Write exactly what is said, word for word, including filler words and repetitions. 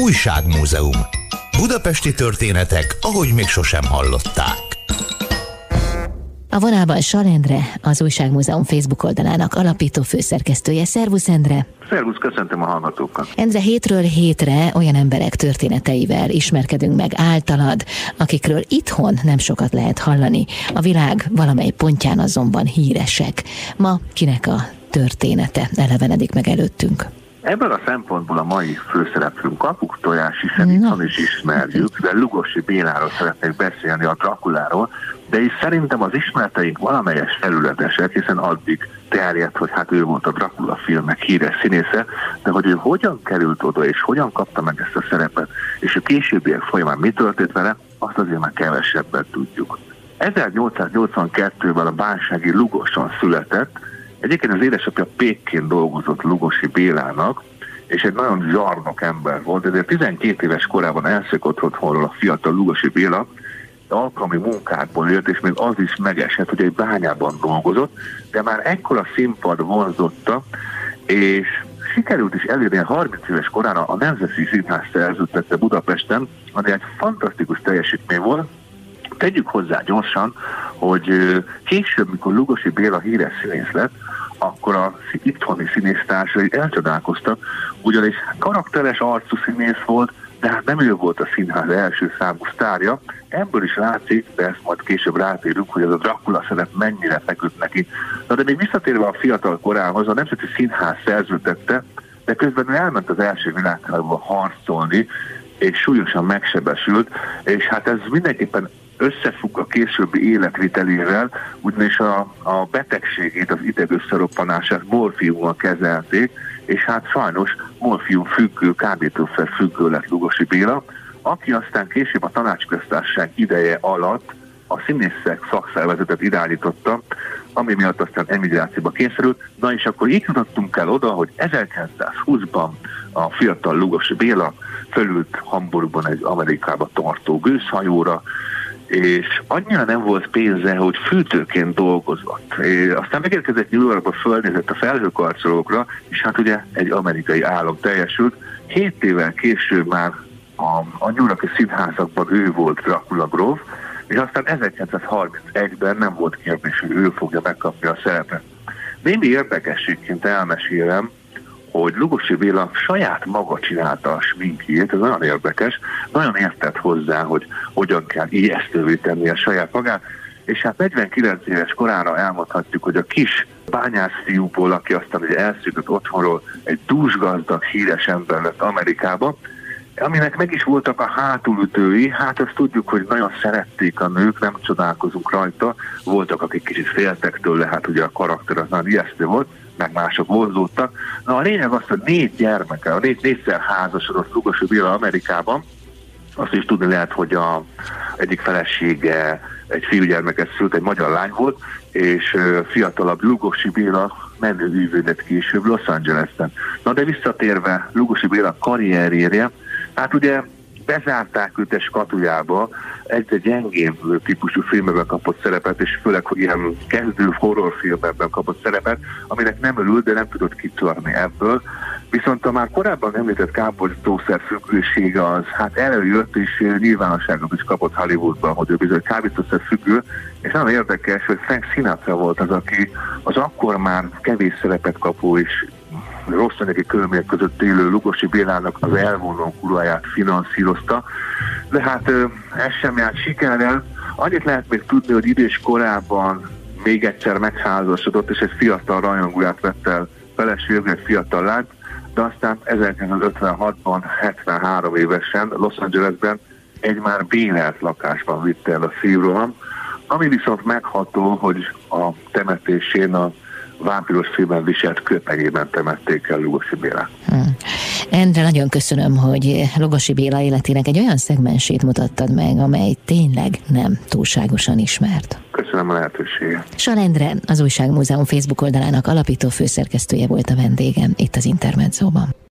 Újságmúzeum. Budapesti történetek, ahogy még sosem hallották. A vonalban Sal Endre, az Újságmúzeum Facebook oldalának alapító főszerkesztője. Szervusz, Endre! Szervusz, köszöntöm a hallgatókat! Endre, hétről hétre olyan emberek történeteivel ismerkedünk meg általad, akikről itthon nem sokat lehet hallani, a világ valamely pontján azonban híresek. Ma kinek a története elevenedik meg előttünk? Ebből a szempontból a mai főszereplőnk Kapuk Tojás, hiszen itthon is ismerjük, de Lugosi Béláról szeretnék beszélni, a Drakuláról, de is szerintem az ismereteink valamelyes felületesek, hiszen addig terjedt, hogy hát ő volt a Drakula filmek híres színésze, de hogy ő hogyan került oda, és hogyan kapta meg ezt a szerepet, és a későbbiek folyamán mi történt vele, azt azért már kevesebbet tudjuk. ezernyolcszáznyolcvankettőben a bánsági Lugoson született. Egyébként az édesapja pékként dolgozott Lugosi Bélának, és egy nagyon zsarnok ember volt, ezért tizenkét éves korában elszökött otthonról a fiatal Lugosi Béla, alkalmi munkákból élt, és még az is megesett, hogy egy bányában dolgozott, de már ekkora színpad vonzotta, és sikerült is elérni harminc éves korára a Nemzeti Színház szerződtette Budapesten, ami egy fantasztikus teljesítmény volt. Tegyük hozzá gyorsan, hogy később, mikor Lugosi Béla híres színész lett, akkor a itthoni színésztársai elcsodálkoztak, ugyanis karakteres arcú színész volt, de hát nem ő volt a színház első számú sztárja. Ebből is látszik, de ezt majd később rátérünk, hogy ez a Drakula szerep mennyire feküdt neki. Na de még visszatérve a fiatal korához, a Nemzeti Színház szerződtette, de közben ő elment az első világháborúba harcolni, és súlyosan megsebesült, és hát ez mindenképpen összefügg a későbbi életvitelével, ugyanis a, a betegségét, az idegösszeroppanását morfiummal kezelték, és hát sajnos morfium függő, kábítószer függő lett Lugosi Béla, aki aztán később a Tanácsköztársaság ideje alatt a színészek szakszervezetet irányította, ami miatt aztán emigrációba kényszerült. Na és akkor így jutottunk el oda, hogy ezerkilencszázhúszban a fiatal Lugosi Béla fölült Hamburgban egy Amerikába tartó gőzhajóra, és annyira nem volt pénze, hogy fűtőként dolgozott. És aztán megérkezett New Yorkba, fölnézett a felhőkarcolókra, és hát ugye egy amerikai álom teljesült. Hét évvel később már a, a New York-i színházakban ő volt Dracula gróf, és aztán ezerkilencszázharmincegyben nem volt kérdés, hogy ő fogja megkapni a szerepet. Némi érdekességként elmesélem, hogy Lugosi Béla saját maga csinálta a sminkjét, ez nagyon érdekes, nagyon értett hozzá, hogy hogyan kell ijesztővé tenni a saját magát, és hát negyvenkilenc éves korára elmondhatjuk, hogy a kis bányászfiúból, aki aztán ugye elszűkött otthonról, egy dúsgazdag, híres ember lett Amerikába, aminek meg is voltak a hátulütői, hát ezt tudjuk, hogy nagyon szerették a nők, nem csodálkozunk rajta, voltak, akik kicsit féltek tőle, hát ugye a karakter az nagyon ijesztő volt, meg mások vonzódtak. Na a lényeg az, hogy négy gyermeke, a négy, négyszer házasodott Lugosi Béla Amerikában. Azt is tudni lehet, hogy a egyik felesége egy fiúgyermeket szült, egy magyar lány volt, és fiatalabb Lugosi Béla menővívő lett később Los Angelesben. Na de visszatérve Lugosi Béla karrierjére, hát ugye bezárták őt egy skatujába, egy gyengébb típusú filmben kapott szerepet, és főleg, hogy ilyen kezdő horrorfilmben kapott szerepet, aminek nem örült, de nem tudott kitörni ebből. Viszont a már korábban említett kábítószer függősége az hát előjött, és nyilvánosságot is kapott Hollywoodban, hogy ő bizony kábítószer függő, és nagyon érdekes, hogy Frank Sinatra volt az, aki az akkor már kevés szerepet kapó és rossz anyagi körülmények között élő Lugosi Bélának az elvonó kuráját finanszírozta, de hát ez sem járt sikerrel. Annyit lehet még tudni, hogy idős korában még egyszer megházasodott, és egy fiatal rajongóját vett el feleségül, egy fiatal lányt, de aztán ezerkilencszázötvenhatban, hetvenhárom évesen Los Angelesben egy már bérelt lakásban vitte el a szívroham, ami viszont megható, hogy a temetésén a vámpiros filmben viselt köpegében temették el Lugosi Bélát. Hmm. Endre, nagyon köszönöm, hogy Lugosi Béla életének egy olyan szegmensét mutattad meg, amely tényleg nem túlságosan ismert. Köszönöm a lehetőséget. Sal Endre, az Újságmúzeum Facebook oldalának alapító főszerkesztője volt a vendégem itt az Intermedzóban.